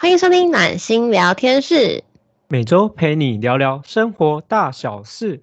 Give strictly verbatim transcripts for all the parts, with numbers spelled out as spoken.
欢迎收听暖心聊天室， 每周陪你聊聊生活大小事。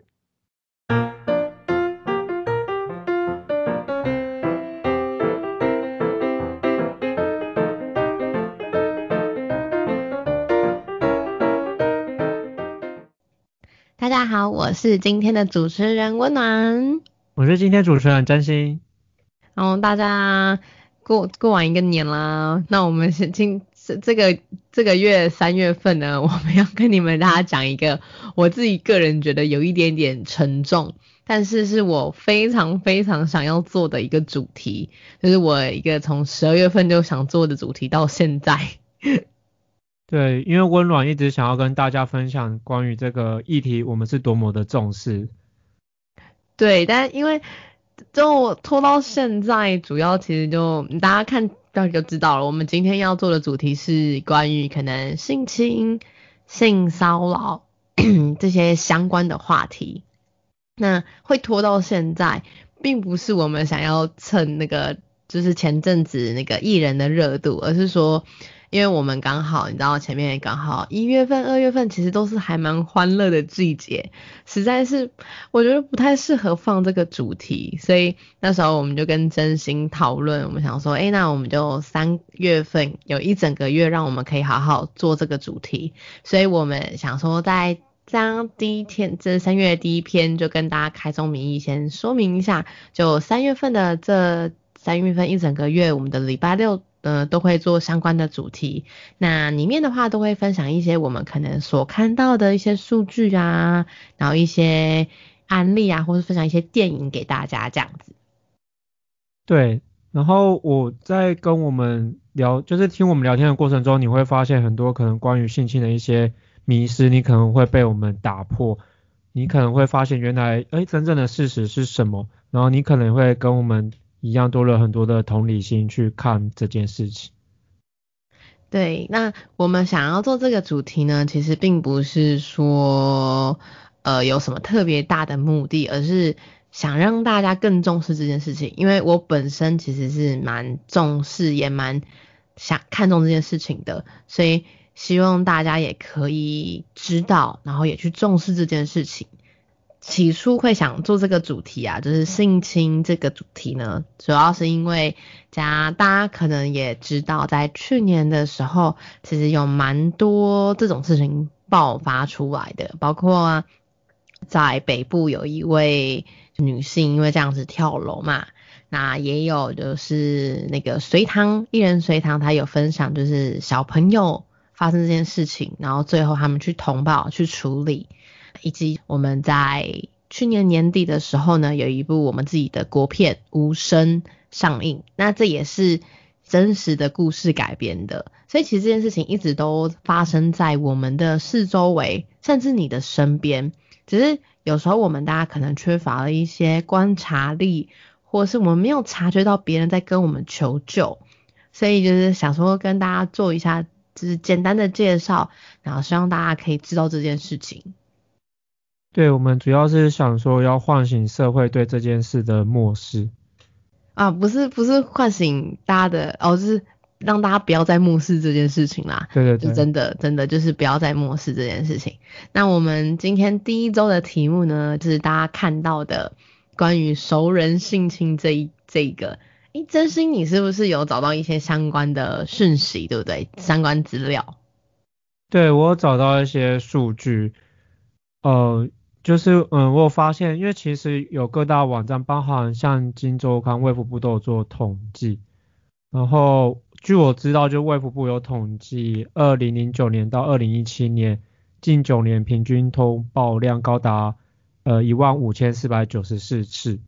大家好，我是今天的主持人温暖， 我是今天主持人占星。 然后大家过过完一个年啦，那我们是今这个这个月三月份呢，我们要跟你们大家讲一个我自己个人觉得有一点点沉重，但是是我非常非常想要做的一个主题，就是我一个从十二月份就想做的主题到现在。 对，因为温暖一直想要跟大家分享关于这个议题，我们是多么的重视。 对，但因为就拖到现在，主要其实就大家看标题就知道了。我们今天要做的主题是关于可能性侵、性骚扰这些相关的话题。那会拖到现在，并不是我们想要蹭那个就是前阵子那个艺人的热度，而是说，因为我们刚好你知道前面刚好一月份、二月份其实都是还蛮欢乐的季节，实在是我觉得不太适合放这个主题，所以那时候我们就跟真心讨论，我们想说，诶，那我们就三月份有一整个月让我们可以好好做这个主题，所以我们想说在这样第一天，这三月第一篇就跟大家开宗明义先说明一下，就三月份的这三月份一整个月，我们的礼拜六呃都会做相关的主题，那里面的话都会分享一些我们可能所看到的一些数据啊，然后一些案例啊，或是分享一些电影给大家这样子。 对，然后我在跟我们聊，就是听我们聊天的过程中，你会发现很多可能关于性侵的一些迷思，你可能会被我们打破，你可能会发现原来诶真正的事实是什么，然后你可能会跟我们一样多了很多的同理心去看这件事情。 对，那我们想要做这个主题呢，其实并不是说呃有什么特别大的目的，而是想让大家更重视这件事情，因为我本身其实是蛮重视也蛮想看重这件事情的，所以希望大家也可以知道，然后也去重视这件事情。起初会想做这个主题啊，就是性侵这个主题呢，主要是因为家大家可能也知道，在去年的时候，其实有蛮多这种事情爆发出来的，包括在北部有一位女性因为这样子跳楼嘛，那也有就是那个隋唐艺人隋唐，他有分享就是小朋友发生这件事情，然后最后他们去通报去处理。以及我们在去年年底的时候呢，有一部我们自己的国片《无声》上映，那这也是真实的故事改编的，所以其实这件事情一直都发生在我们的四周围，甚至你的身边，只是有时候我们大家可能缺乏了一些观察力，或是我们没有察觉到别人在跟我们求救，所以就是想说跟大家做一下就是简单的介绍，然后希望大家可以知道这件事情。 对，我们主要是想说要唤醒社会对这件事的漠视啊，不是不是唤醒大家的哦，就是让大家不要再漠视这件事情啦。 对对对， 就真的真的就是不要再漠视这件事情。那我们今天第一周的题目呢，就是大家看到的关于熟人性侵这一这一个，诶，真心你是不是有找到一些相关的讯息，对不对？相关资料。 对，我有找到一些数据，呃，就是嗯，我有发现，因为其实有各大网站，包含像今周刊、卫福部都有做统计，然后据我知道，就卫福部有统计，二零零九年到二零一七年，近九年平均通报量高达呃一万五千四百九十四次。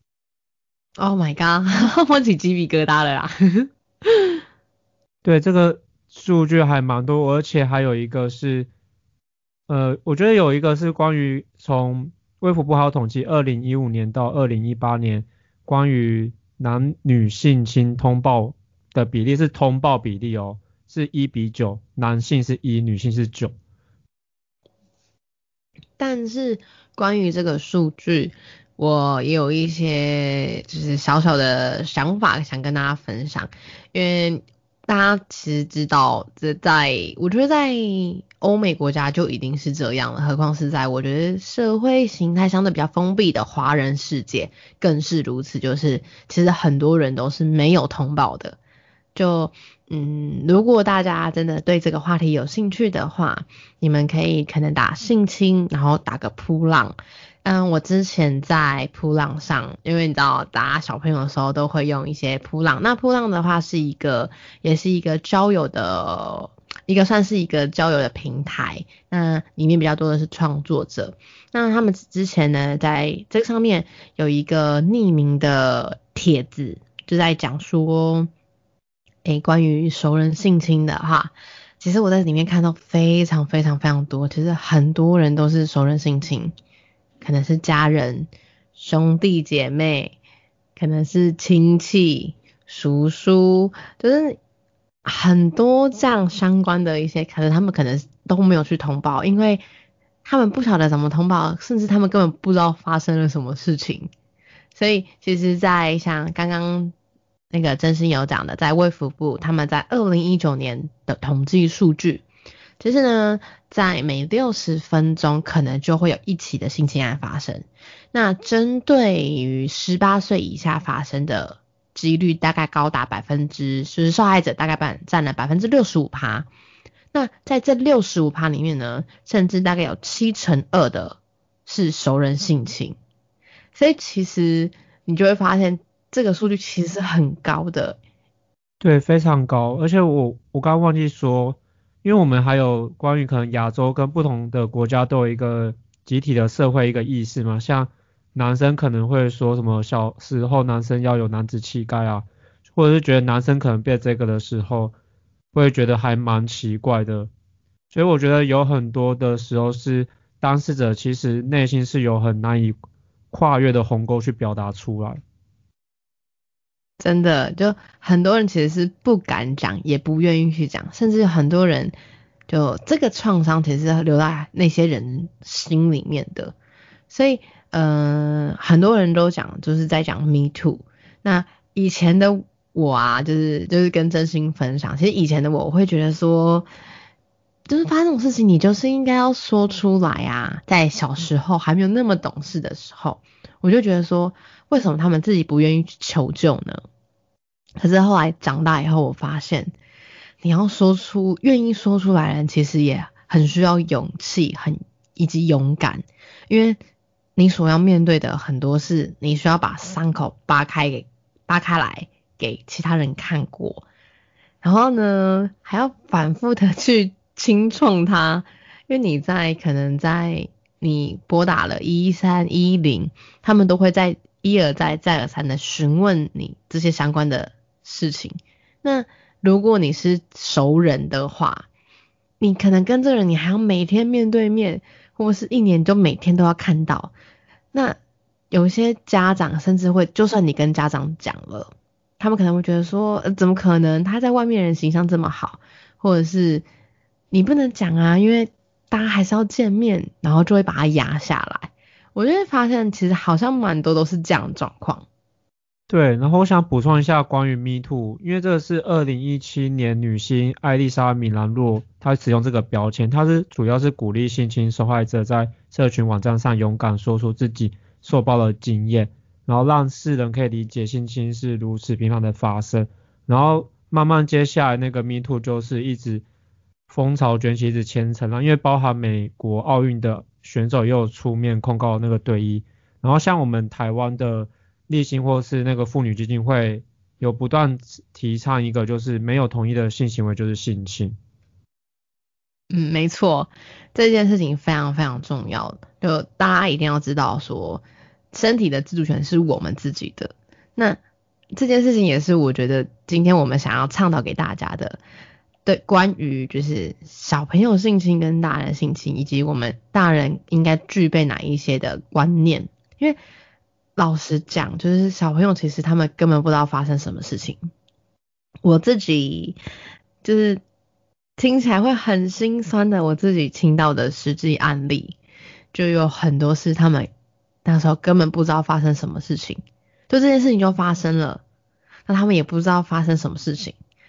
Oh my god， 我起鸡皮疙瘩了啦。 对，这个数据还蛮多，而且还有一个是，呃，我觉得有一个是关于从卫福部还有统计，二零一五年到二零一八年关于男女性侵通报的比例是通报比例哦，是一比九，男性是一，女性是九。 但是关于这个数据，我也有一些就是小小的想法想跟大家分享，因为大家其实知道，这在我觉得在欧美国家就已经是这样了，何况是在我觉得社会形态相对比较封闭的华人世界更是如此。就是其实很多人都是没有通报的。就嗯，如果大家真的对这个话题有兴趣的话，你们可以可能打性侵，然后打个扑浪。嗯，我之前在扑浪上，因为你知道打小朋友的时候都会用一些扑浪，那扑浪的话是一个，也是一个交友的，一个算是一个交友的平台，那里面比较多的是创作者，那他们之前呢在这个上面有一个匿名的帖子，就在讲说，诶，关于熟人性侵的哈。其实我在里面看到非常非常非常多，其实很多人都是熟人性侵，可能是家人、兄弟姐妹，可能是亲戚、叔叔，就是很多这样相关的一些，可能他们可能都没有去通报，因为他们不晓得怎么通报，甚至他们根本不知道发生了什么事情。所以其实在像刚刚那个真心有讲的，在卫福部他们在二零一九年的统计数据，其实呢在每六十分钟可能就会有一起的性侵案发生。那针对于十八岁以下发生的几率大概高达百分之，就是受害者大概占了百分之六十五趴。那在这六十五趴里面呢，甚至大概有七成二的是熟人性侵。所以其实你就会发现这个数据其实很高的。 对，非常高。而且我我刚刚忘记说，因为我们还有关于可能亚洲跟不同的国家都有一个集体的社会一个意识嘛，像男生可能会说什么小时候男生要有男子气概啊，或者是觉得男生可能被这个的时候会觉得还蛮奇怪的。所以我觉得有很多的时候是当事者其实内心是有很难以跨越的鸿沟去表达出来。 真的，就很多人其实是不敢讲，也不愿意去讲，甚至很多人就这个创伤其实是留在那些人心里面的。所以呃，很多人都讲就是在讲 Me Too。那以前的我啊，就是就是跟真心分享，其实以前的我我会觉得说，就是发生这种事情你就是应该要说出来啊。在小时候还没有那么懂事的时候，我就觉得说为什么他们自己不愿意去求救呢？可是后来长大以后，我发现你要说出愿意说出来的人其实也很需要勇气，很以及勇敢。因为你所要面对的很多事，你需要把伤口扒开给扒开来给其他人看过，然后呢还要反复的去清创它。因为你在可能在你拨打了一三一零，他们都会在一而再再而三的询问你这些相关的事情。那如果你是熟人的话，你可能跟这个人你还要每天面对面，或是一年就每天都要看到。那有些家长甚至会，就算你跟家长讲了，他们可能会觉得说、呃、怎么可能，他在外面人形象这么好，或者是你不能讲啊，因为大家还是要见面，然后就会把它压下来。我就会发现其实好像蛮多都是这样的状况。 对，然后我想补充一下关于 Me Too， 因为这个是二零一七年女星艾丽莎米兰洛她使用这个标签，她是主要是鼓励性侵受害者在社群网站上勇敢说出自己受暴的经验，然后让世人可以理解性侵是如此频繁的发生。然后慢慢接下来那个 Me Too 就是一直风潮卷起，一直牵扯了，因为包含美国奥运的选手也有出面控告那个队医，然后像我们台湾的立新或是那个妇女基金会有不断提倡一个就是没有同意的性行为就是性侵。 嗯，没错，这件事情非常非常重要，就大家一定要知道说，身体的自主权是我们自己的。那这件事情也是我觉得今天我们想要倡导给大家的，对，关于就是小朋友性侵跟大人性侵，以及我们大人应该具备哪一些的观念。因为老实讲，就是小朋友其实他们根本不知道发生什么事情。我自己就是听起来会很心酸的，我自己听到的实际案例，就有很多是他们那时候根本不知道发生什么事情，就这件事情就发生了，那他们也不知道发生什么事情，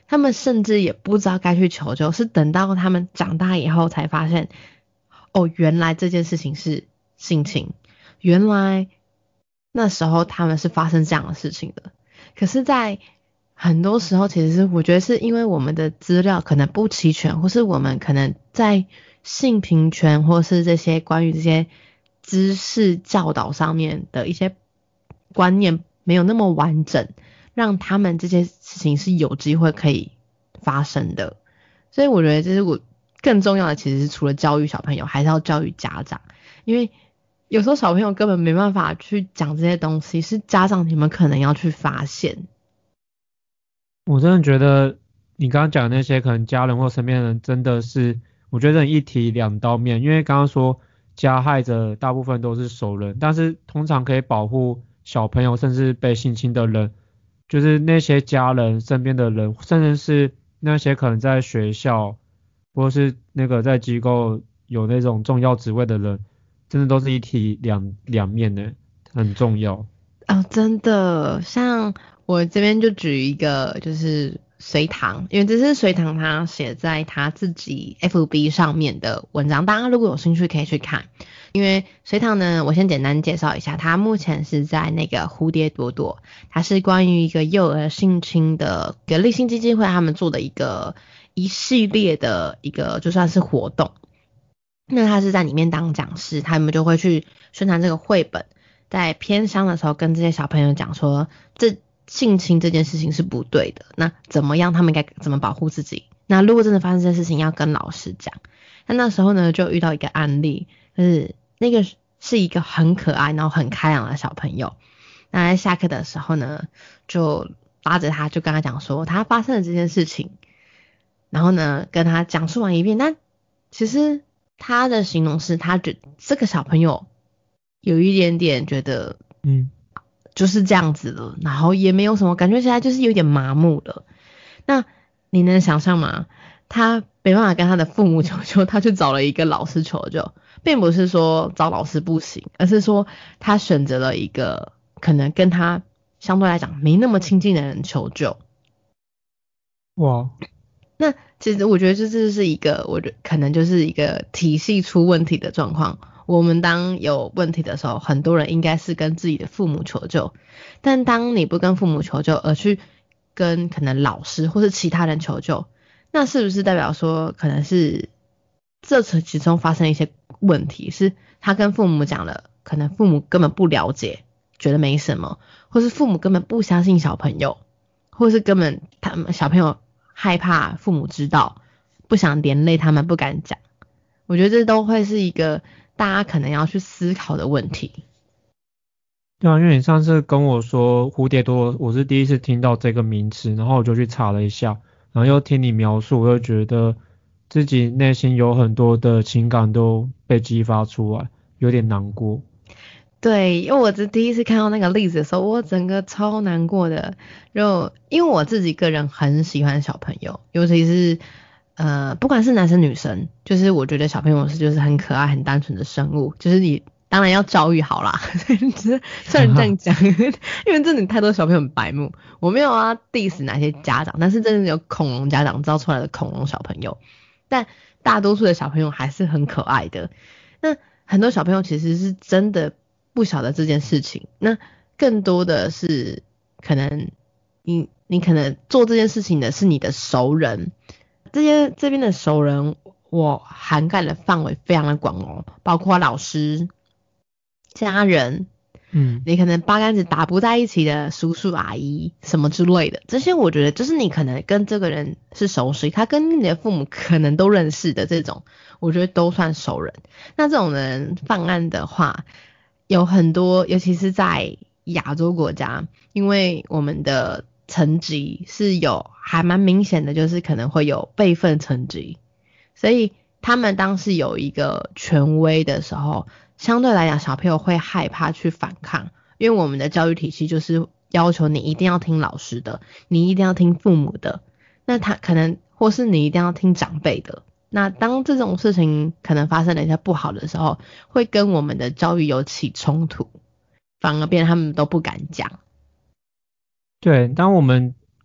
他们甚至也不知道该去求救，是等到他们长大以后才发现，哦，原来这件事情是性侵，原来那时候他们是发生这样的事情的。可是在很多时候其实是我觉得是因为我们的资料可能不齐全，或是我们可能在性平权或是这些关于这些知识教导上面的一些观念没有那么完整，让他们这些事情是有机会可以发生的。所以我觉得这是我更重要的，其实是除了教育小朋友还是要教育家长，因为有时候小朋友根本没办法去讲这些东西，是家长你们可能要去发现。 我真的觉得你刚刚讲的那些可能家人或身边的人真的是，我觉得一体两刀面，因为刚刚说加害者大部分都是熟人，但是通常可以保护小朋友甚至被性侵的人，就是那些家人身边的人，甚至是那些可能在学校或是那个在机构有那种重要职位的人，真的都是一体两两面的，很重要。 哦，真的，像我这边就举一个，就是隋唐，因为这是隋唐他写在他自己 F B 上面的文章，大家如果有兴趣可以去看。因为隋唐呢，我先简单介绍一下，他目前是在那个蝴蝶朵朵，它是关于一个幼儿性侵的一个立信基金会他们做的一个一系列的一个就算是活动。那他是在里面当讲师，他们就会去宣传这个绘本，在偏乡的时候跟这些小朋友讲说，这性侵这件事情是不对的，那怎么样他们应该怎么保护自己，那如果真的发生这件事情要跟老师讲。那那时候呢就遇到一个案例，就是那个是一个很可爱然后很开朗的小朋友，那在下课的时候呢就拉着他就跟他讲说他发生了这件事情，然后呢跟他讲述完一遍。那其实他的形容是他觉得这个小朋友有一点点觉得嗯就是这样子了，然后也没有什么感觉起来就是有点麻木了。那你能想象吗？他没办法跟他的父母求救，他去找了一个老师求救，并不是说找老师不行，而是说他选择了一个可能跟他相对来讲没那么亲近的人求救。 哇， 那其实我觉得这就是一个，我觉得可能就是一个体系出问题的状况。我们当有问题的时候，很多人应该是跟自己的父母求救，但当你不跟父母求救，而去跟可能老师或是其他人求救，那是不是代表说可能是这其中发生一些问题，是他跟父母讲了，可能父母根本不了解，觉得没什么，或是父母根本不相信小朋友，或是根本他们小朋友害怕父母知道，不想连累他们，不敢讲。我觉得这都会是一个大家可能要去思考的问题。 对啊，因为你上次跟我说蝴蝶朵朵，我是第一次听到这个名词，然后我就去查了一下，然后又听你描述，我又觉得自己内心有很多的情感都被激发出来，有点难过。 对，因为我是第一次看到那个例子的时候，我整个超难过的。就因为我自己个人很喜欢小朋友，尤其是呃，不管是男生女生，就是我觉得小朋友是就是很可爱、很单纯的生物，就是你当然要教育好啦。虽然这样讲，因为真的太多小朋友很白目，我没有要 diss 哪些家长，但是真的有恐龙家长造出来的恐龙小朋友，但大多数的小朋友还是很可爱的。那很多小朋友其实是真的不晓得这件事情，那更多的是可能你你可能做这件事情的是你的熟人，这些这边的熟人我涵盖的范围非常的广哦，包括老师、家人，嗯，你可能八竿子打不在一起的叔叔阿姨什么之类的，这些我觉得就是你可能跟这个人是熟识，他跟你的父母可能都认识的这种，我觉得都算熟人。那这种人犯案的话，有很多，尤其是在亚洲国家，因为我们的层级是有还蛮明显的，就是可能会有辈分层级，所以他们当时有一个权威的时候，相对来讲小朋友会害怕去反抗，因为我们的教育体系就是要求你一定要听老师的，你一定要听父母的，那他可能或是你一定要听长辈的。那当这种事情可能发生了一些不好的时候，会跟我们的教育有起冲突，反而变得他们都不敢讲。 对，当我们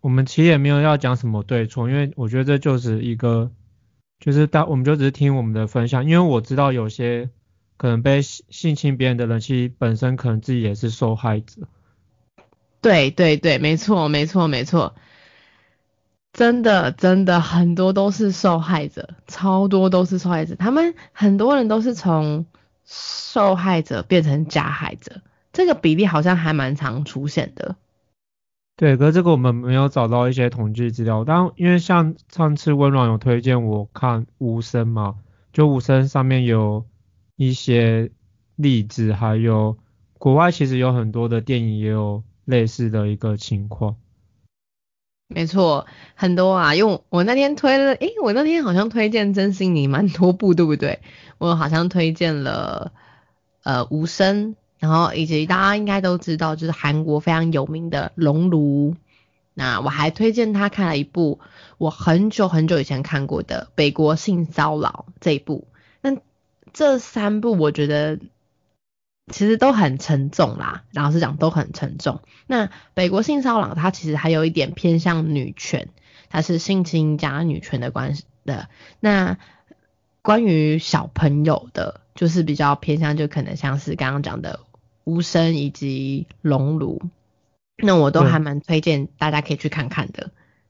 我们其实也没有要讲什么对错，因为我觉得这就是一个，就是大我们就只是听我们的分享，因为我知道有些可能被性性侵别人的人，其实本身可能自己也是受害者。 对对对，没错没错没错，真的真的很多都是受害者，超多都是受害者，他们很多人都是从受害者变成加害者，这个比例好像还蛮常出现的。 对，可是这个我们没有找到一些统计资料，但因为像上次温暖有推荐我看无声嘛，就无声上面有一些例子，还有国外其实有很多的电影也有类似的一个情况。 没错，很多啊，因为我那天推了，诶，我那天好像推荐真心你蛮多部，对不对？我好像推荐了呃无声，然后以及大家应该都知道，就是韩国非常有名的熔炉。那我还推荐他看了一部我很久很久以前看过的《北国性骚扰》这一部。那这三部我觉得其实都很沉重啦，老实讲都很沉重。那北国性骚扰它其实还有一点偏向女权，它是性侵加女权的关系的。那关于小朋友的，就是比较偏向就可能像是刚刚讲的无声以及熔炉，那我都还蛮推荐大家可以去看看的。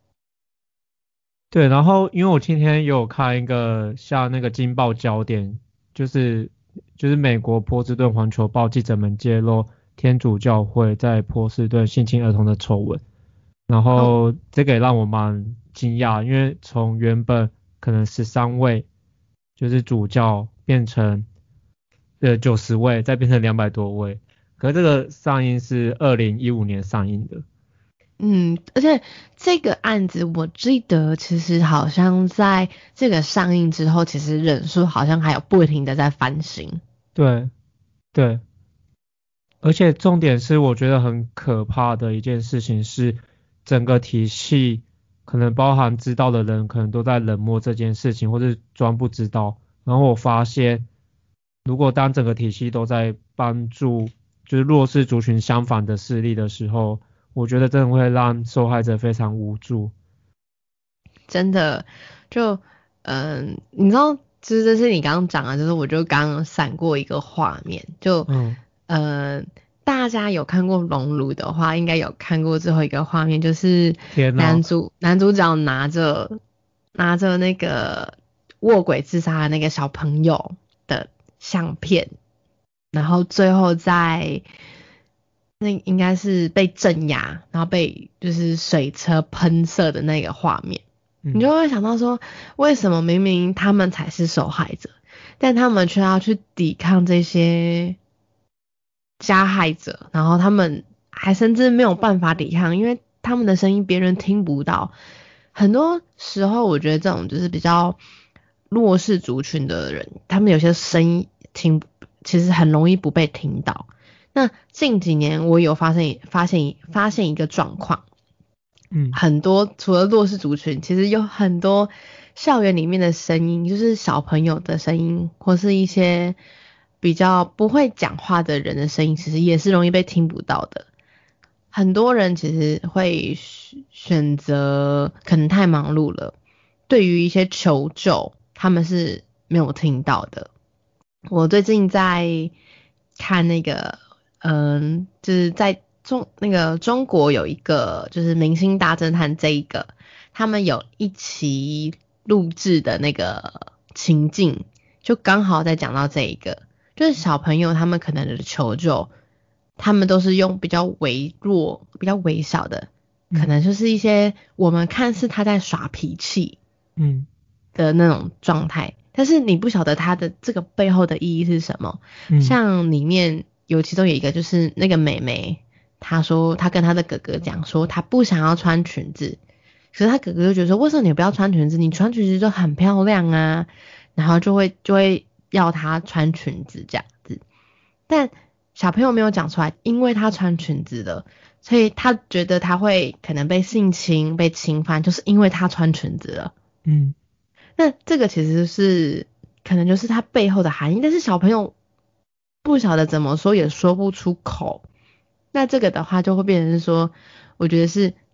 对，然后因为我今天有看一个像那个惊爆焦点，就是就是美国波士顿环球报记者们揭露天主教会在波士顿性侵儿童的丑闻，然后这个也让我蛮惊讶，因为从原本可能十三位就是主教变成呃九十位，再变成两百多位，可是这个上映是二零一五年上映的。 嗯，而且这个案子我记得其实好像在这个上映之后，其实人数好像还有不停的在翻新。 对对，而且重点是我觉得很可怕的一件事情是，整个体系可能包含知道的人可能都在冷漠这件事情，或是装不知道。然后我发现，如果当整个体系都在帮助就是弱势族群相反的势力的时候，我觉得真的会让受害者非常无助。 真的，就嗯，你知道，就是这是你刚刚讲的，就是我就刚刚闪过一个画面，就嗯嗯，大家有看过熔炉的话，应该有看过最后一个画面，就是天哪， 男主男主角拿着拿着那个卧轨自杀的那个小朋友的相片，然后最后在那应该是被镇压，然后被就是水车喷射的那个画面。你就会想到说，为什么明明他们才是受害者，但他们却要去抵抗这些加害者，然后他们还甚至没有办法抵抗，因为他们的声音别人听不到。很多时候我觉得这种就是比较弱势族群的人，他们有些声音听其实很容易不被听到。那近几年我有发现发现发现一个状况， 嗯， 很多除了弱势族群，其实有很多校园里面的声音，就是小朋友的声音，或是一些比较不会讲话的人的声音，其实也是容易被听不到的。很多人其实会选择可能太忙碌了，对于一些求救，他们是没有听到的。我最近在看那个，嗯，就是在中那个中国有一个就是明星大侦探这一个，他们有一期录制的那个情境，就刚好在讲到这一个，就是小朋友他们可能的求救，他们都是用比较微弱、比较微小的，可能就是一些我们看似他在耍脾气，嗯的那种状态。但是你不晓得它的这个背后的意义是什么。嗯、像里面有其中有一个就是那个妹妹，她说她跟她的哥哥讲说她不想要穿裙子，可是她哥哥就觉得说为什么你不要穿裙子？你穿裙子就很漂亮啊，然后就会就会要她穿裙子这样子。但小朋友没有讲出来，因为她穿裙子了，所以她觉得她会可能被性侵、被侵犯，就是因为她穿裙子了。嗯。那这个其实是可能就是它背后的含义，但是小朋友不晓得怎么说，也说不出口。那这个的话就会变成是说，我觉得是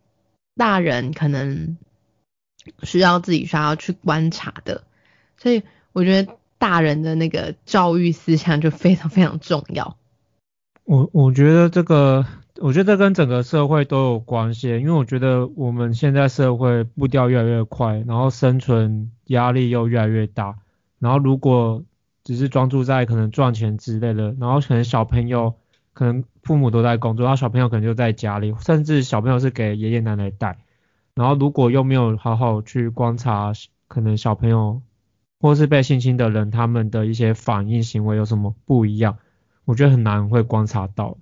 大人可能需要自己需要去观察的，所以我觉得大人的那个教育思想就非常非常重要。 我我觉得这个，我觉得这跟整个社会都有关系，因为我觉得我们现在社会步调越来越快，然后生存压力又越来越大，然后如果只是专注在可能赚钱之类的，然后可能小朋友可能父母都在工作，然后小朋友可能就在家里，甚至小朋友是给爷爷奶奶带，然后如果又没有好好去观察可能小朋友或是被性侵的人他们的一些反应行为有什么不一样。我觉得很难会观察到。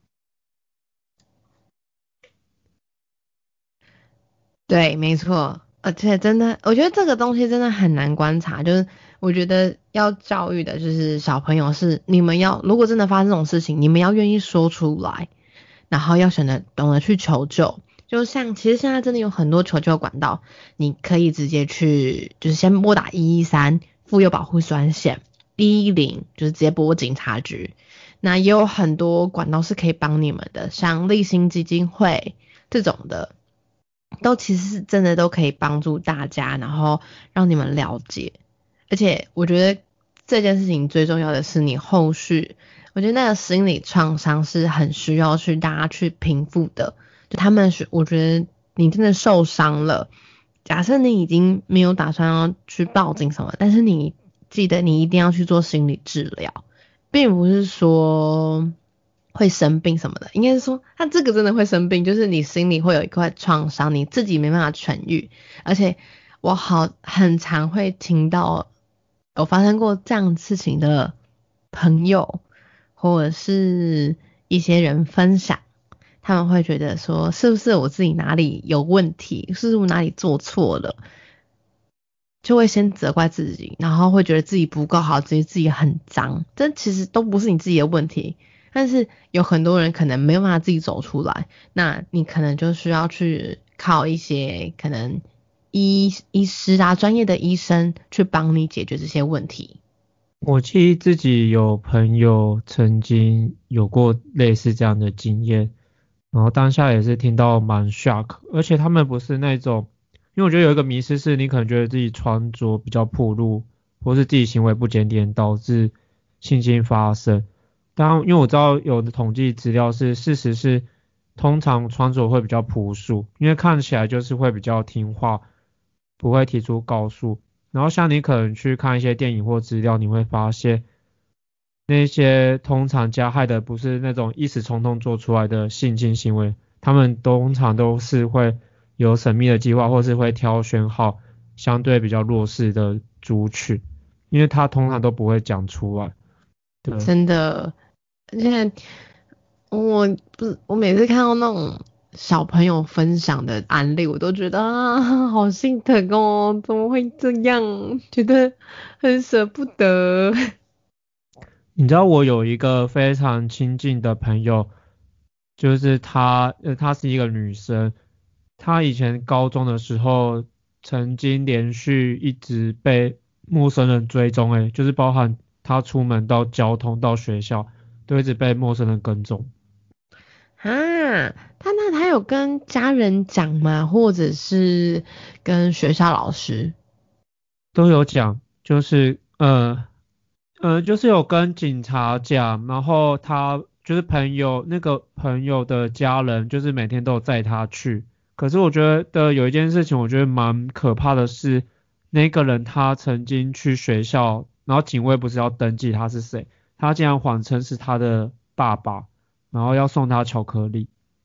对，没错，而且真的，我觉得这个东西真的很难观察。就是我觉得要教育的，就是小朋友是你们要，如果真的发生这种事情，你们要愿意说出来，然后要选择懂得去求救。就像其实现在真的有很多求救管道，你可以直接去，就是先拨打一一三妇幼保护专线，一一零就是直接拨警察局。那也有很多管道是可以帮你们的，像立新基金会这种的。都其实是真的都可以帮助大家，然后让你们了解。而且我觉得这件事情最重要的是你后续，我觉得那个心理创伤是很需要去大家去平复的。就他们是，我觉得你真的受伤了，假设你已经没有打算要去报警什么，但是你记得你一定要去做心理治疗，并不是说会生病什么的，应该是说他这个真的会生病，就是你心里会有一块创伤，你自己没办法痊愈。而且我好很常会听到有发生过这样事情的朋友，或者是一些人分享，他们会觉得说是不是我自己哪里有问题，是不是我哪里做错了，就会先责怪自己，然后会觉得自己不够好，觉得自己很脏，这其实都不是你自己的问题。但是有很多人可能没有办法自己走出来，那你可能就需要去靠一些可能医医师啊，专业的医生去帮你解决这些问题。 我记忆自己有朋友曾经有过类似这样的经验，然后当下也是听到蛮 shock，而且他们不是那种，因为我觉得有一个迷思是你可能觉得自己穿着比较暴露，或是自己行为不检点导致性侵发生。当然，因为我知道有的统计资料是，事实是通常穿着会比较朴素，因为看起来就是会比较听话，不会提出告诉。然后像你可能去看一些电影或资料，你会发现那些通常加害的不是那种一时冲动做出来的性侵行为，他们通常都是会有缜密的计划，或是会挑选好相对比较弱势的族群，因为他通常都不会讲出来。对。 真的，而且我不是我每次看到那种小朋友分享的案例，我都觉得啊，好心疼哦，怎么会这样？觉得很舍不得。 你知道我有一个非常亲近的朋友，就是她，呃，她是一个女生，她以前高中的时候曾经连续一直被陌生人追踪，诶，就是包含她出门到交通到学校，都一直被陌生人跟踪。 啊，他那他有跟家人讲吗？或者是跟学校老师？ 都有讲，就是呃呃，就是有跟警察讲，然后他就是朋友那个朋友的家人，就是每天都有载他去。可是我觉得有一件事情，我觉得蛮可怕的是，那个人他曾经去学校，然后警卫不是要登记他是谁，他竟然谎称是他的爸爸，然后要送他巧克力。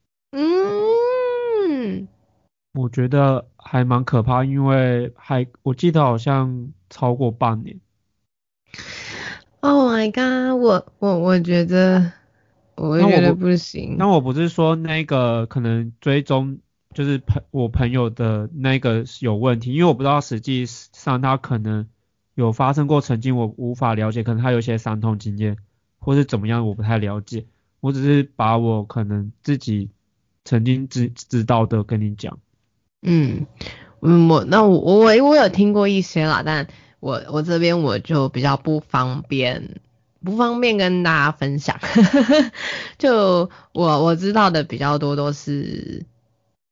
嗯我觉得还蛮可怕，因为还我记得好像超过半年。 ，Oh my god，我我我觉得，我觉得但我不， 不行。 但我不是说那个可能追踪就是朋我朋友的那个是有问题，因为我不知道实际上他可能有发生过曾经我无法了解，可能他有一些伤痛经验，或是怎么样我不太了解，我只是把我可能自己曾经知知道的跟你讲。 嗯嗯，我那我我我有听过一些啦，但我我这边我就比较不方便，不方便跟大家分享。就我我知道的比较多都是，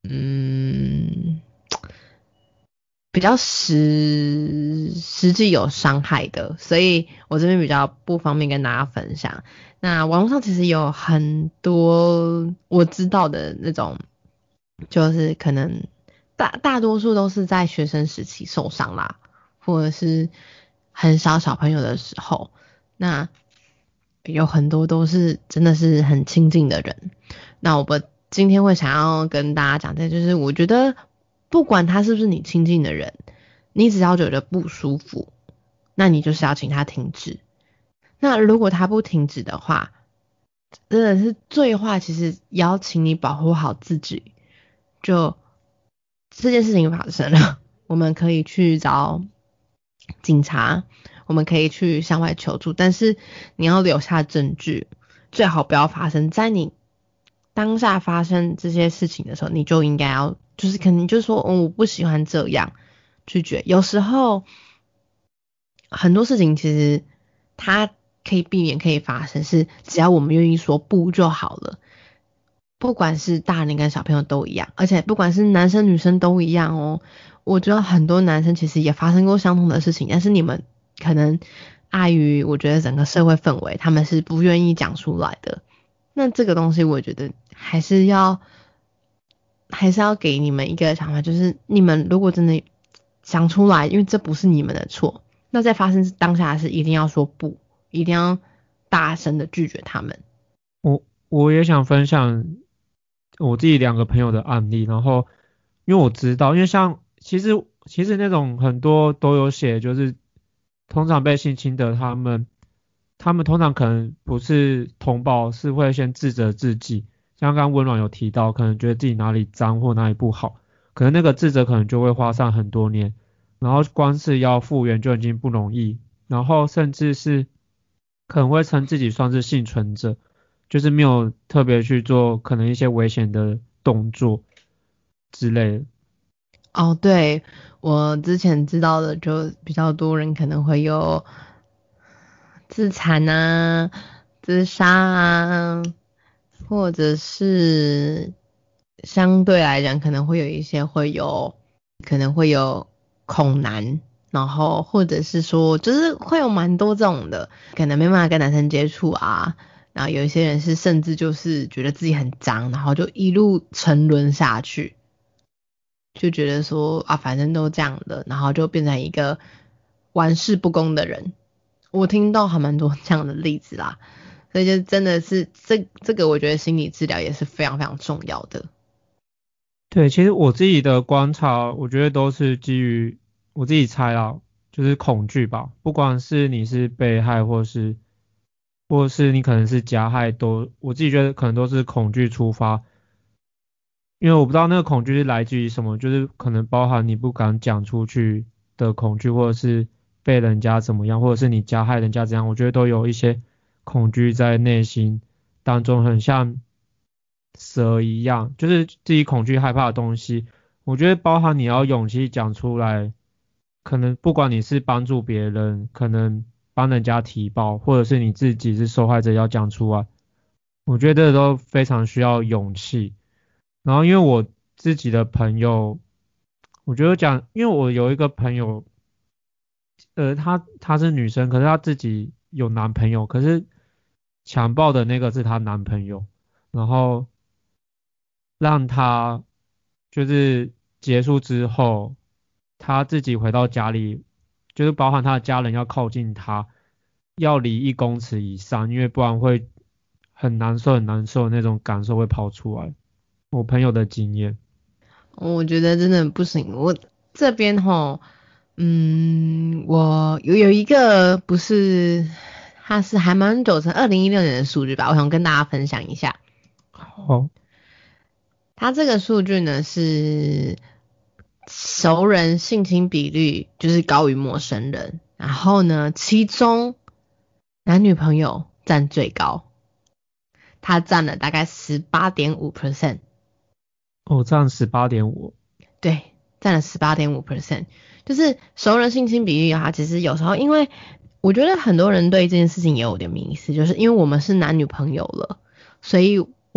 嗯比较实实际有伤害的，所以我这边比较不方便跟大家分享。那网络上其实有很多我知道的那种，就是可能大大多数都是在学生时期受伤啦，或者是很小小朋友的时候，那有很多都是真的是很亲近的人。那我们今天会想要跟大家讲的就是我觉得不管他是不是你亲近的人，你只要觉得不舒服，那你就是要请他停止。那如果他不停止的话，真的是最坏，其实也要请你保护好自己。就这件事情发生了，我们可以去找警察，我们可以去向外求助，但是你要留下证据，最好不要发生在你当下发生这些事情的时候，你就应该要就是可能就说、哦、我不喜欢这样拒绝。有时候很多事情其实它可以避免可以发生，是只要我们愿意说不就好了。不管是大人跟小朋友都一样，而且不管是男生女生都一样哦。我觉得很多男生其实也发生过相同的事情，但是你们可能碍于我觉得整个社会氛围，他们是不愿意讲出来的。那这个东西我觉得还是要还是要给你们一个想法，就是你们如果真的讲出来，因为这不是你们的错，那在发生当下是一定要说不，一定要大声的拒绝他们。 我我也想分享我自己两个朋友的案例，然后因为我知道，因为像其实其实那种很多都有写，就是通常被性侵的他们，他们通常可能不是通报，是会先自责自己。像刚刚温暖有提到，可能觉得自己哪里脏或哪里不好，可能那个自责可能就会花上很多年，然后光是要复原就已经不容易，然后甚至是可能会称自己算是幸存者，就是没有特别去做可能一些危险的动作之类的。 哦，对，我之前知道的就比较多人可能会有自残啊、自杀啊，或者是相对来讲可能会有一些会有可能会有恐男，然后或者是说就是会有蛮多这种的，可能没办法跟男生接触啊。然后有一些人是甚至就是觉得自己很脏，然后就一路沉沦下去，就觉得说啊反正都这样的，然后就变成一个玩世不恭的人。我听到还蛮多这样的例子啦，所以就真的是这这个我觉得心理治疗也是非常非常重要的。 对，其实我自己的观察，我觉得都是基于我自己猜啦，就是恐惧吧，不管是你是被害或是或是你可能是加害，都我自己觉得可能都是恐惧出发。因为我不知道那个恐惧是来自于什么，就是可能包含你不敢讲出去的恐惧，或者是被人家怎么样，或者是你加害人家怎样，我觉得都有一些恐惧在内心当中，很像蛇一样，就是自己恐惧害怕的东西。我觉得包含你要勇气讲出来，可能不管你是帮助别人，可能帮人家提报，或者是你自己是受害者要讲出来，我觉得都非常需要勇气。然后因为我自己的朋友，我觉得讲，因为我有一个朋友，呃，她她是女生，可是她自己有男朋友，可是强暴的那个是她男朋友，然后让她就是结束之后，她自己回到家里，就是包含她的家人要靠近她，要离一公尺以上，因为不然会很难受很难受的那种感受会跑出来。我朋友的经验。 我觉得真的不行。我这边吼，嗯，我有有一个不是，它是还蛮久成二零一六年的数据吧，我想跟大家分享一下。 好， 它这个数据呢是熟人性侵比率就是高于陌生人，然后呢，其中男女朋友占最高，它占了大概 百分之十八点五。 哦，这样十八点五。 对，占了 百分之十八点五。就是熟人性侵比率啊，其实有时候因为我觉得很多人对这件事情也有点迷思，就是因为我们是男女朋友了，所以我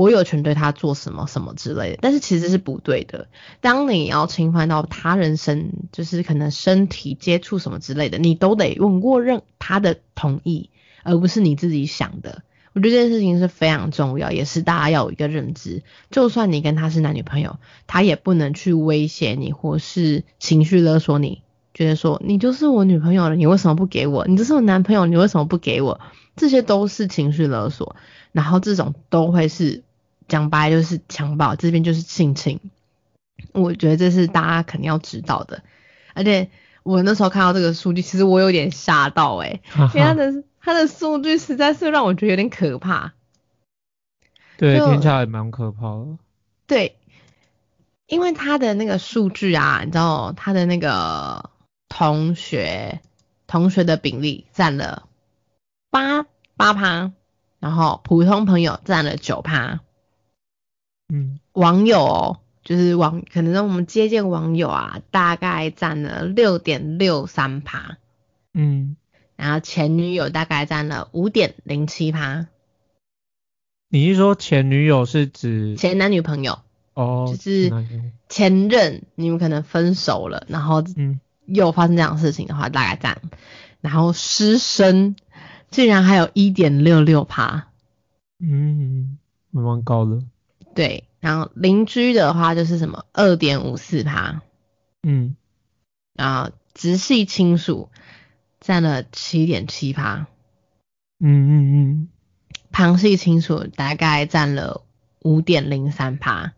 我有权对他做什么什么之类的，但是其实是不对的。当你要侵犯到他人身，就是可能身体接触什么之类的，你都得问过认他的同意，而不是你自己想的。我觉得这件事情是非常重要，也是大家要有一个认知。就算你跟他是男女朋友，他也不能去威胁你或是情绪勒索你，觉得说你就是我女朋友了，你为什么不给我？你就是我男朋友，你为什么不给我？这些都是情绪勒索，然后这种都会是讲白就是强暴，这边就是性侵。我觉得这是大家肯定要知道的。而且我那时候看到这个数据，其实我有点吓到诶、欸、因为他的他的数据实在是让我觉得有点可怕。 对，听起来蛮可怕的。 对，因为他的那个数据啊，你知道他的那个同学同学的比例占了八八趴，然后普通朋友占了九趴， 嗯， 网友哦，就是网可能让我们接见网友啊，大概占了六点六三趴， 嗯， 然后前女友大概占了五点零七趴。 你是说前女友是指前男女朋友？ 哦， 就是前任，你们可能分手了，然后嗯又发生这样的事情的话，大概这样。然后师生竟然还有 一点六六趴， 嗯，蛮高的。 对，然后邻居的话就是什么 二点五四趴， 嗯， 然后直系亲属占了 七点七趴， 嗯嗯嗯， 旁系亲属大概占了 五点零三趴，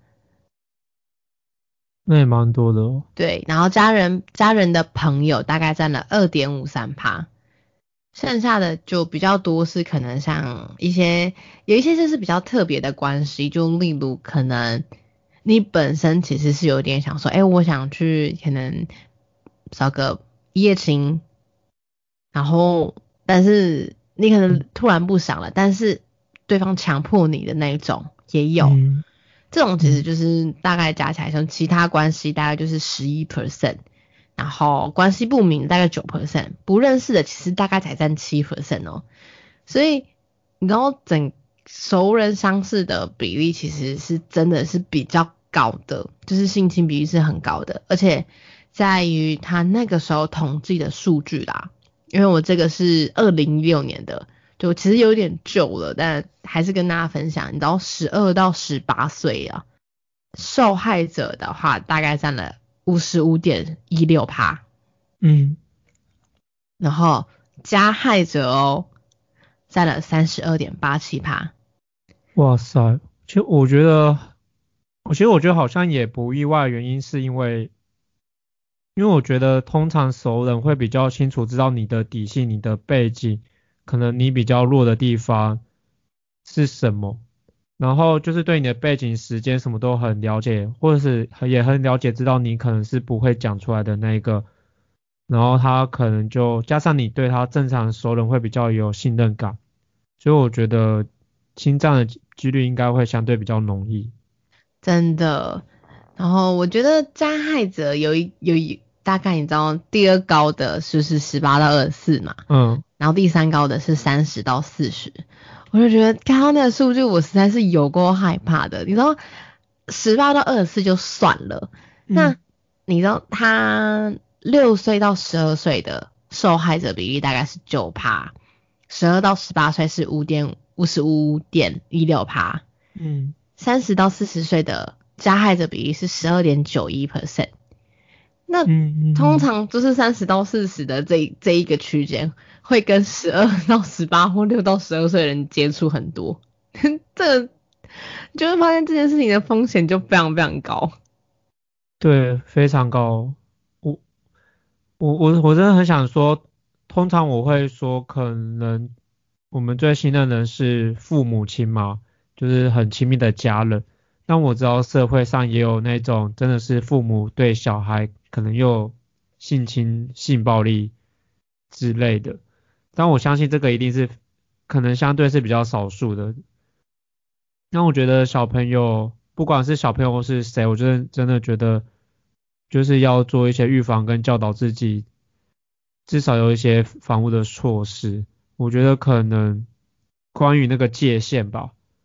那也蛮多的哦。 对，然后家人家人的朋友大概占了 二点五三趴。剩下的就比较多是可能像一些有一些就是比较特别的关系，就例如可能你本身其实是有点想说，哎，我想去可能找个一夜情，然后但是你可能突然不想了，但是对方强迫你的那一种也有， 嗯， 这种其实就是大概加起来像其他关系大概就是 百分之十一，然后关系不明大概 百分之九， 不认识的其实大概才占 百分之七 哦。所以你知道整熟人相似的比例其实是真的是比较高的，就是性侵比例是很高的，而且在于他那个时候统计的数据啦，因为我这个是二零一六年的，就其实有点旧了，但还是跟大家分享。你知道十二到十八岁啊，受害者的话大概占了 五十五点一六趴， 嗯， 然后加害者哦占了 三十二点八七趴。 哇塞，其实我觉得，我其实我觉得好像也不意外，原因是因为，因为我觉得通常熟人会比较清楚知道你的底细、你的背景，可能你比较弱的地方是什么，然后就是对你的背景、时间什么都很了解，或者是很也很了解，知道你可能是不会讲出来的那一个，然后他可能就加上你对他正常熟人会比较有信任感，所以我觉得侵占的几率应该会相对比较容易。 真的。然后我觉得加害者有一有一大概你知道第二高的就是十八到二十四嘛， 嗯， 然后第三高的是三十到四十，我就觉得看到那个数据我实在是有够害怕的。你知道十八到二十四就算了， 嗯那你知道他六岁到十二岁的受害者比例大概是 百分之九， 十二到十八岁是 五点五十五点一六趴， 嗯， 三十到四十岁的加害者比例是 十二点九一%。那嗯嗯通常就是三十到四十的这这一个区间，会跟十二到十八或六到十二岁的人接触很多，这个就会发现这件事情的风险就非常非常高。 对，非常高。我我我我真的很想说，通常我会说，可能我们最信任的人是父母亲嘛，就是很亲密的家人。但我知道社会上也有那种真的是父母对小孩可能有性侵、性暴力之类的，但我相信这个一定是可能相对是比较少数的。那我觉得小朋友，不管是小朋友或是谁，我真的真的觉得就是要做一些预防跟教导自己，至少有一些防护的措施。我觉得可能关于那个界限吧，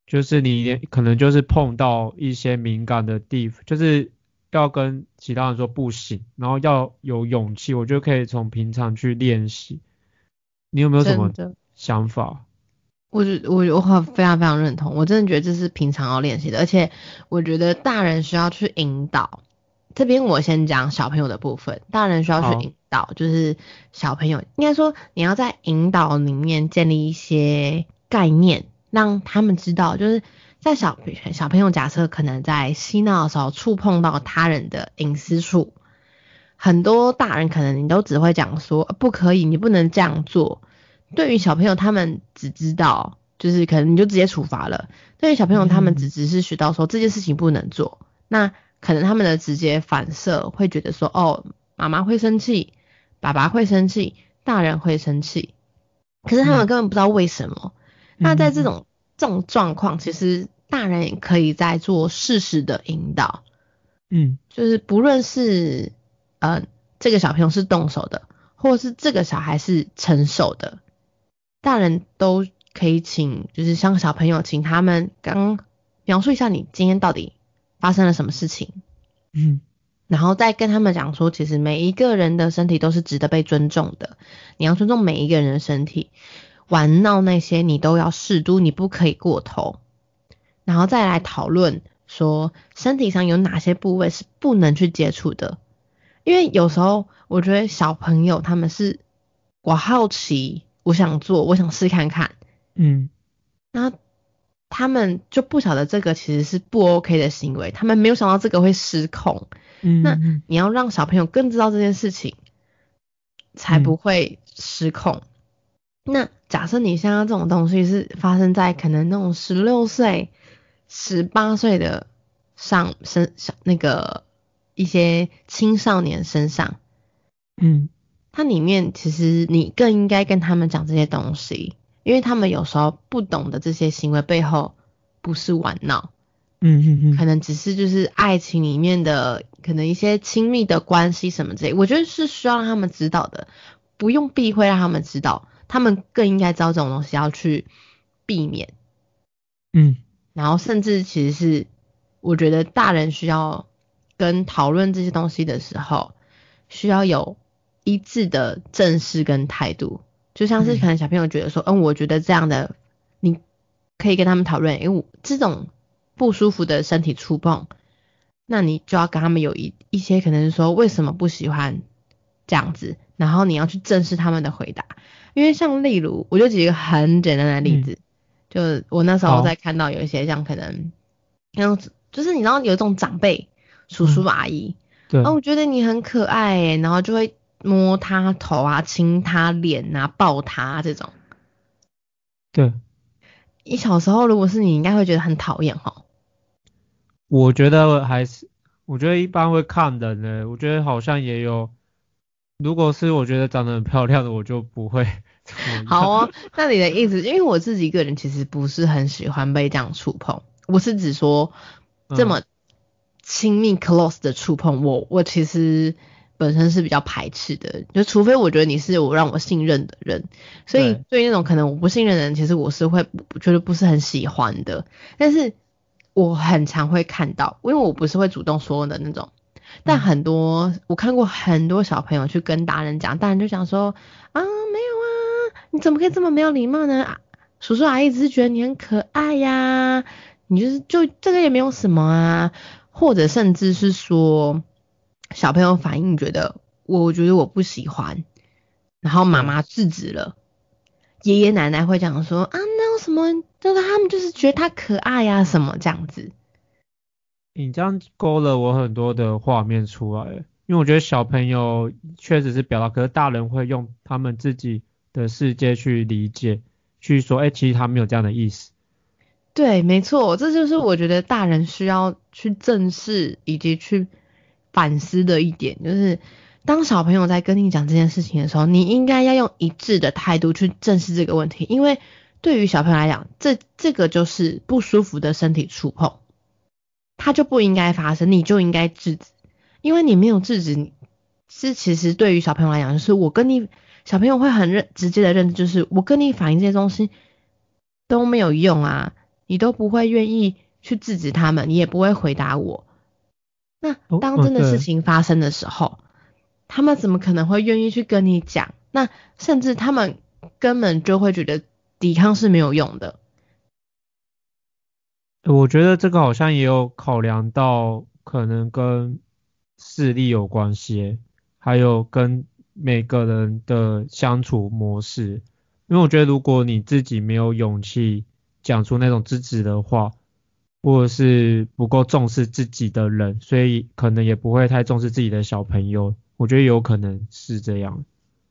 就是你可能就是碰到一些敏感的地方，就是要跟其他人说不行，然后要有勇气，我觉得可以从平常去练习。你有没有什么真的， 想法？ 我觉我我很非常非常认同，我真的觉得这是平常要练习的，而且我觉得大人需要去引导。这边我先讲小朋友的部分，大人需要去好， 引导，就是小朋友应该说你要在引导里面建立一些概念，让他们知道，就是在小小朋友假设可能在嬉闹的时候触碰到他人的隐私处，很多大人可能你都只会讲说呃不可以，你不能这样做。对于小朋友，他们只知道就是可能你就直接处罚了。对于小朋友，他们只嗯只是学到说这件事情不能做，那可能他们的直接反射会觉得说，哦，妈妈会生气，爸爸会生气，大人会生气，可是他们嗯根本不知道为什么。那嗯嗯在这种这种状况，其实大人也可以在做适时的引导。 嗯就是不论是呃这个小朋友是动手的，或者是这个小孩是成熟的，大人都可以请，就是像小朋友，请他们刚描述一下你今天到底发生了什么事情， 嗯然后再跟他们讲说，其实每一个人的身体都是值得被尊重的，你要尊重每一个人的身体，玩闹那些你都要适度，你不可以过头。然后再来讨论说身体上有哪些部位是不能去接触的，因为有时候我觉得小朋友他们是我好奇，我想做，我想试看看， 嗯那他们就不晓得这个其实是不 OK 的行为，他们没有想到这个会失控。那嗯你要让小朋友更知道这件事情，才不嗯会失控。那假设你现在这种东西是发生在可能那种十六岁、十八岁的上身上那个一些青少年身上， 嗯它里面其实你更应该跟他们讲这些东西，因为他们有时候不懂得这些行为背后不是玩闹， 嗯嗯嗯可能只是就是爱情里面的可能一些亲密的关系什么之类，我觉得是需要让他们知道的，不用避讳让他们知道，他们更应该知道这种东西要去避免， 嗯然后甚至其实是我觉得大人需要跟讨论这些东西的时候，需要有一致的正视跟态度，就像是可嗯能小朋友觉得说，嗯，我觉得这样的你可以跟他们讨论，诶，我这种不舒服的身体触碰，那你就要跟他们有一一些可能是说为什么不喜欢这样子，然后你要去正视他们的回答，因为像例如，我就举一个很简单的例嗯， 子，就我那时候在好， 看到有一些像可能，像就是你知道有一种长辈叔叔嗯阿姨， 对哦，我觉得你很可爱诶，然后就会摸他头啊，亲他脸啊，抱他这种。 对， 你小时候如果是你，应该会觉得很讨厌齁。 我觉得还是，我觉得一般会看人呢，我觉得好像也有，如果是我觉得长得很漂亮的，我就不会怎么样。 好哦，那你的意思，因为我自己一个人其实不是很喜欢被这样触碰，我是指说这嗯么亲密 close 的触碰，我我其实本身是比较排斥的，就除非我觉得你是我让我信任的人，所以对， 对于那种可能我不信任的人，其实我是会不觉得不是很喜欢的，但是我很常会看到，因为我不是会主动说的那种。但嗯很多我看过很多小朋友去跟大人讲，大人就讲说啊没有啊，你怎么可以这么没有礼貌呢？啊叔叔阿姨只是觉得你很可爱呀，你就是就这个也没有什么啊，或者甚至是说小朋友反应觉得我觉得我不喜欢，然后妈对， 妈制止了，爷爷奶奶会讲说啊那有什么，就是他们就是觉得他可爱呀什么这样子。 你这样勾了我很多的画面出来，因为我觉得小朋友确实是表达，可是大人会用他们自己的世界去理解，去说，哎，其实他没有这样的意思。 对，没错，这就是我觉得大人需要去正视以及去反思的一点，就是当小朋友在跟你讲这件事情的时候，你应该要用一致的态度去正视这个问题，因为对于小朋友来讲，这这个就是不舒服的身体触碰，它就不应该发生，你就应该制止，因为你没有制止，你是其实对于小朋友来讲，就是我跟你小朋友会很认直接的认知，就是我跟你反映这些东西都没有用啊。 你都不会愿意去制止他们，你也不会回答我。那哦当真的事哦对， 情发生的时候，他们怎么可能会愿意去跟你讲？那甚至他们根本就会觉得抵抗是没有用的。 我觉得这个好像也有考量到可能跟视力有关系，还有跟每个人的相处模式。因为我觉得如果你自己没有勇气讲出那种支持的话，或者是不够重视自己的人，所以可能也不会太重视自己的小朋友。我觉得有可能是这样。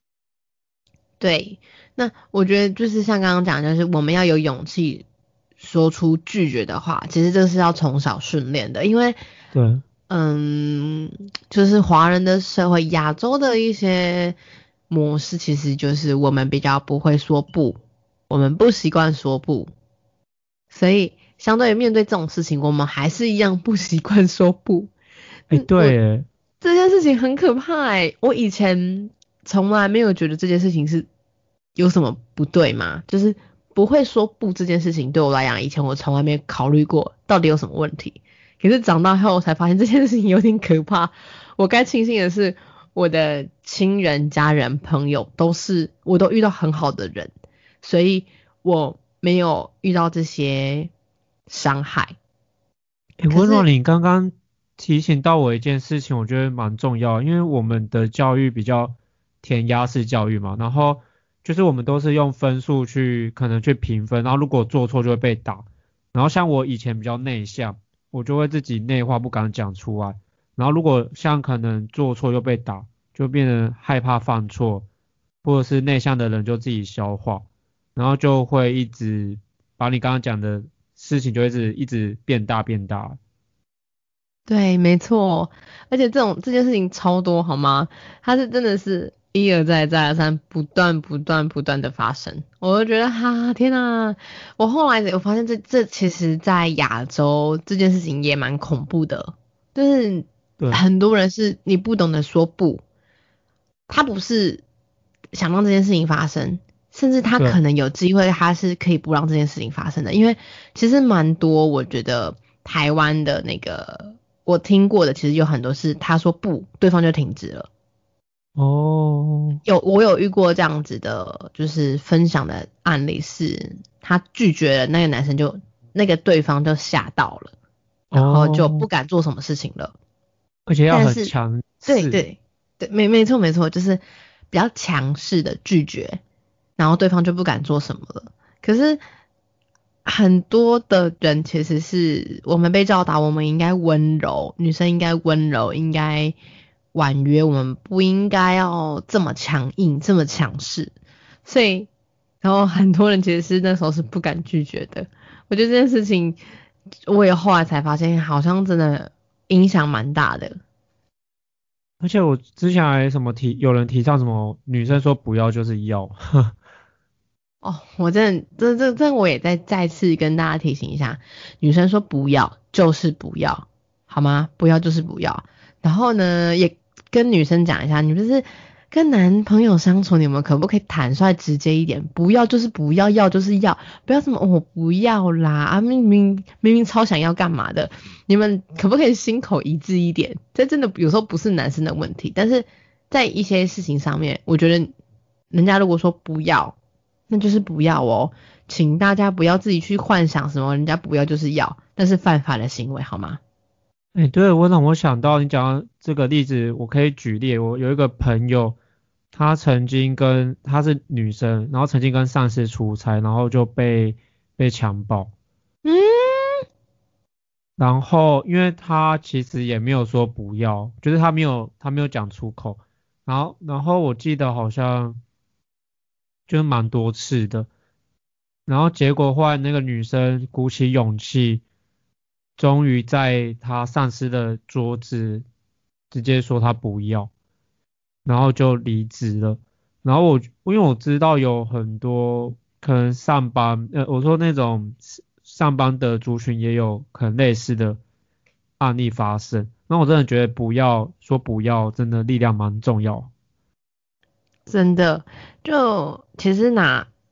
对，那我觉得就是像刚刚讲的，就是我们要有勇气说出拒绝的话，其实这是要从小训练的，因为， 对， 嗯，就是华人的社会，亚洲的一些模式，其实就是我们比较不会说不，我们不习惯说不，所以相对于面对这种事情，我们还是一样不习惯说不。 哎， 嗯，我对耶， 这件事情很可怕哎，我以前从来没有觉得这件事情是有什么不对嘛，就是不会说不这件事情对我来讲，以前我从来没有考虑过到底有什么问题。可是长大后我才发现这件事情有点可怕。我该庆幸的是，我的亲人、家人、朋友都是我都遇到很好的人，所以我没有遇到这些伤害。 诶， 可是， 温若琳刚刚提醒到我一件事情，我觉得蛮重要，因为我们的教育比较填鸭式教育嘛，然后就是我们都是用分数去可能去评分，然后如果做错就会被打，然后像我以前比较内向，我就会自己内化不敢讲出来，然后如果像可能做错又被打，就变得害怕犯错，或者是内向的人就自己消化，然后就会一直把你刚刚讲的事情就一直一直变大变大。 对，没错，而且这种这件事情超多，好吗？它是真的是一而再再而三，不断不断不断的发生，我就觉得哈，天呐！我后来我发现这这其实在亚洲这件事情也蛮恐怖的，就是对很多人是你不懂得说不，他不是想让这件事情发生，甚至他对， 可能有机会，他是可以不让这件事情发生的。因为其实蛮多，我觉得台湾的那个我听过的，其实有很多是他说不，对方就停止了。 哦有我有遇过这样子的，就是分享的案例是，他拒绝了那个男生就那个对方就吓到了，然后就不哦， 敢做什么事情了。 而且要但是很强势， 对对对，没没错没错，就是比较强势的拒绝，然后对方就不敢做什么了。可是很多的人其实是我们被教导，我们应该温柔，女生应该温柔，应该婉约，我们不应该要这么强硬，这么强势。所以，然后很多人其实是那时候是不敢拒绝的。我觉得这件事情，我也后来才发现，好像真的影响蛮大的。 而且我之前还什么提，有人提倡什么女生说不要就是要， 哦，我真的，这这这我也再再次跟大家提醒一下，女生说不要就是不要，好吗？不要就是不要。然后呢，也跟女生讲一下，你们就是跟男朋友相处，你们可不可以坦率直接一点？不要就是不要，要就是要，不要什么我、哦、不要啦啊，明明明明超想要干嘛的，你们可不可以心口一致一点？这真的有时候不是男生的问题，但是在一些事情上面，我觉得人家如果说不要。那就是不要哦，请大家不要自己去幻想什么人家不要就是要，那是犯法的行为，好吗？ 哎，对，我让我想到你讲的这个例子，我可以举例，我有一个朋友，她曾经跟她是女生，然后曾经跟上司出差，然后就被被强暴。 嗯， 然后因为他其实也没有说不要，就是他没有他没有讲出口，然后然后我记得好像就是蛮多次的，然后结果后来那个女生鼓起勇气，终于在她上司的桌子直接说她不要，然后就离职了。然后我因为我知道有很多可能上班，呃，我说那种上班的族群也有可能类似的案例发生。那我真的觉得不要说不要，真的力量蛮重要。 真的，就其实哪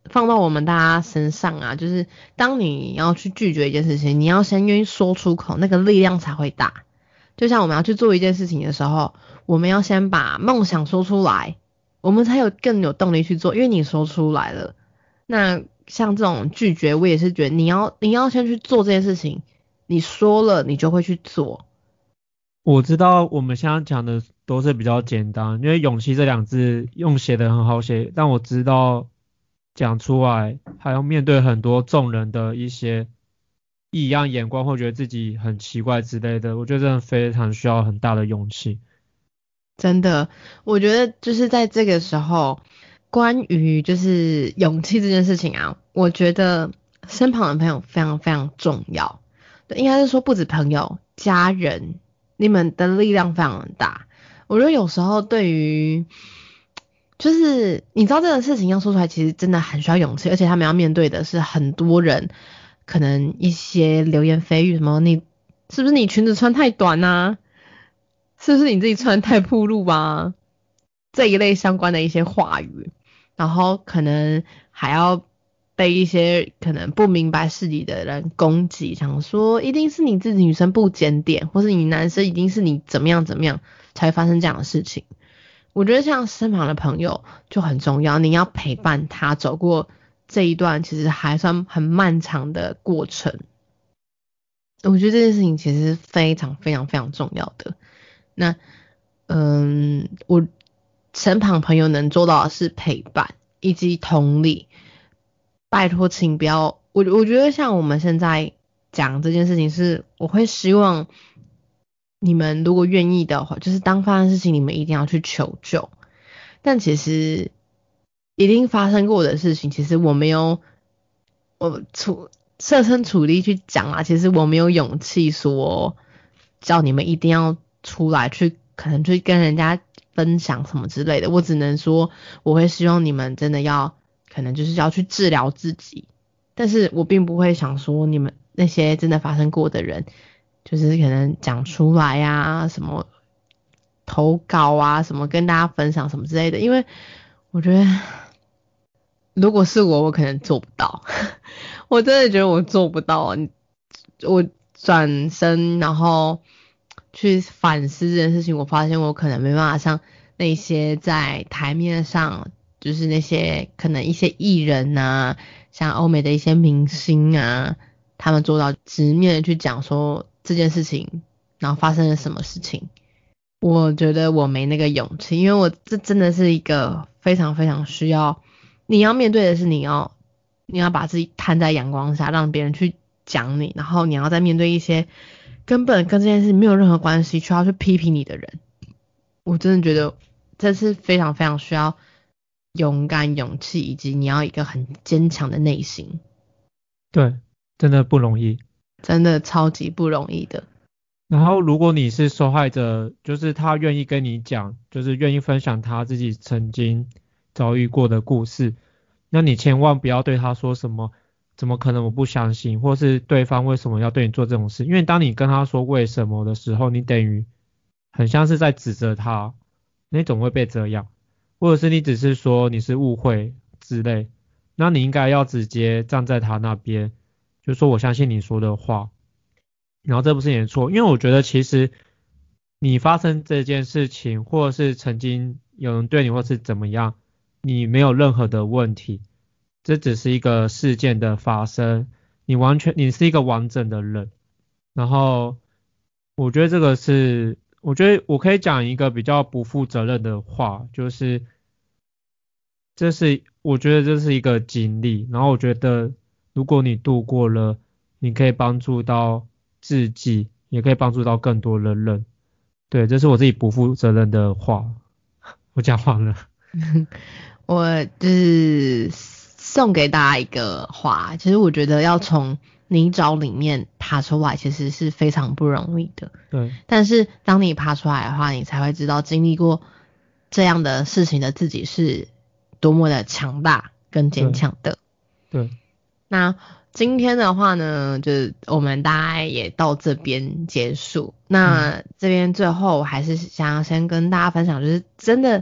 放到我们大家身上啊，就是当你要去拒绝一件事情，你要先愿意说出口，那个力量才会大。就像我们要去做一件事情的时候，我们要先把梦想说出来，我们才有更有动力去做，因为你说出来了。那像这种拒绝，我也是觉得你要你要先去做这件事情，你说了你就会去做。 我知道我们现在讲的都是比较简单，因为勇气这两字用写的很好写，但我知道讲出来还要面对很多众人的一些异样眼光，或觉得自己很奇怪之类的，我觉得真的非常需要很大的勇气。 真的，我觉得就是在这个时候，关于就是勇气这件事情啊，我觉得身旁的朋友非常非常重要。对，应该是说不止朋友，家人，你们的力量非常的大。我觉得有时候对于就是你知道这个事情要说出来，其实真的很需要勇气，而且他们要面对的是很多人可能一些流言蜚语，什么你是不是你裙子穿太短啊？是不是你自己穿太暴露啊？这一类相关的一些话语，然后可能还要被一些可能不明白事理的人攻击，想说一定是你自己女生不检点，或是你男生一定是你怎么样怎么样才会发生这样的事情。我觉得像身旁的朋友就很重要，你要陪伴他走过这一段其实还算很漫长的过程。我觉得这件事情其实是非常非常非常重要的。那嗯，我身旁朋友能做到的是陪伴以及同理。拜托请不要，我我觉得像我们现在讲这件事情是，我会希望你们如果愿意的话，就是当发生事情你们一定要去求救。但其实一定发生过的事情，其实我没有我处设身处地去讲啦，其实我没有勇气说叫你们一定要出来去可能去跟人家分享什么之类的，我只能说我会希望你们真的要可能就是要去治疗自己，但是我并不会想说你们那些真的发生过的人就是可能讲出来啊，什么投稿啊，什么跟大家分享什么之类的，因为我觉得如果是我我可能做不到我真的觉得我做不到，我转身然后去反思这件事情，我发现我可能没办法像那些在台面上就是那些可能一些艺人啊，像欧美的一些明星啊，他们做到直面的去讲说这件事情然后发生了什么事情。我觉得我没那个勇气，因为我这真的是一个非常非常需要你要面对的是你要你要把自己摊在阳光下让别人去讲你，然后你要再面对一些根本跟这件事没有任何关系却要去批评你的人。我真的觉得这是非常非常需要勇敢勇气以及你要一个很坚强的内心。 对，真的不容易， 真的超级不容易的。 然后如果你是受害者，就是他愿意跟你讲，就是愿意分享他自己曾经遭遇过的故事，那你千万不要对他说什么怎么可能我不相信，或是对方为什么要对你做这种事，因为当你跟他说为什么的时候，你等于很像是在指责他，那种会被这样，或者是你只是说你是误会之类，那你应该要直接站在他那边，就说我相信你说的话，然后这不是你的错，因为我觉得其实你发生这件事情，或者是曾经有人对你或是怎么样，你没有任何的问题，这只是一个事件的发生，你完全你是一个完整的人。然后我觉得这个是，我觉得我可以讲一个比较不负责任的话，就是这是我觉得这是一个经历，然后我觉得如果你度过了，你可以帮助到自己，也可以帮助到更多的人。对，这是我自己不负责任的话，我讲完了。 我就是送给大家一个话，其实我觉得要从泥沼里面爬出来其实是非常不容易的。 对。 但是当你爬出来的话，你才会知道经历过这样的事情的自己是多么的强大跟坚强的。 对。对。 那今天的话呢，就是我们大概也到这边结束。那这边最后我还是想要先跟大家分享，就是真的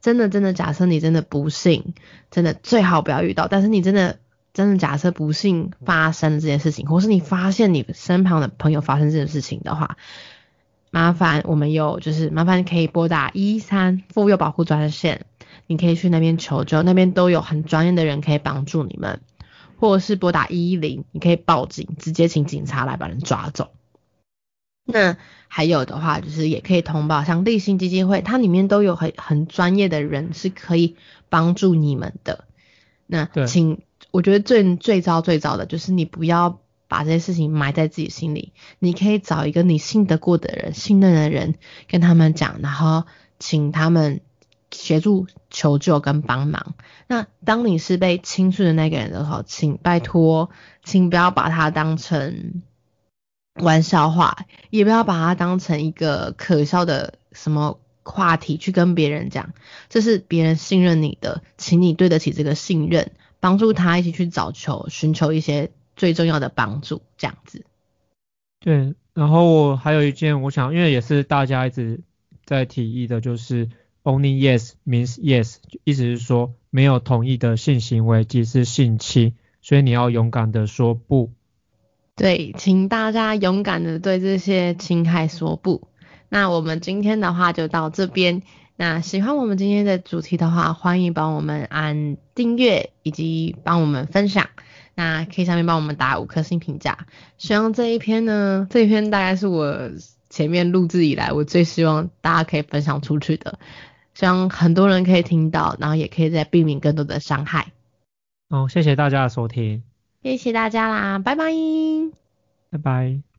真的真的假设你真的不幸，真的最好不要遇到，但是你真的真的假设不幸发生了这件事情，或是你发现你身旁的朋友发生这件事情的话，麻烦我们有就是麻烦可以拨打一一三妇幼保护专线，你可以去那边求救，那边都有很专业的人可以帮助你们，或者是拨打一一零，你可以报警，直接请警察来把人抓走。那还有的话就是也可以通报像立新基金会，它里面都有很很专业的人是可以帮助你们的。那请我觉得最最糟最糟的就是你不要把这些事情埋在自己心里，你可以找一个你信得过的人信任的人跟他们讲，然后请他们协助求救跟帮忙。那当你是被倾诉的那个人的时候，请拜托请不要把它当成玩笑话，也不要把它当成一个可笑的什么话题去跟别人讲，这是别人信任你的，请你对得起这个信任，帮助他一起去找求寻求一些最重要的帮助，这样子。 对，然后我还有一件我想，因为也是大家一直在提议的，就是 only yes means yes， 意思是说没有同意的性行为即是性侵，所以你要勇敢的说不。 对，请大家勇敢的对这些侵害说不。那我们今天的话就到这边，那喜欢我们今天的主题的话，欢迎帮我们按订阅以及帮我们分享，那可以上面帮我们打五颗星评价。希望这一篇呢，这一篇大概是我前面录制以来我最希望大家可以分享出去的，希望很多人可以听到，然后也可以再避免更多的伤害。 好，谢谢大家的收听， 谢谢大家啦，拜拜。 拜拜。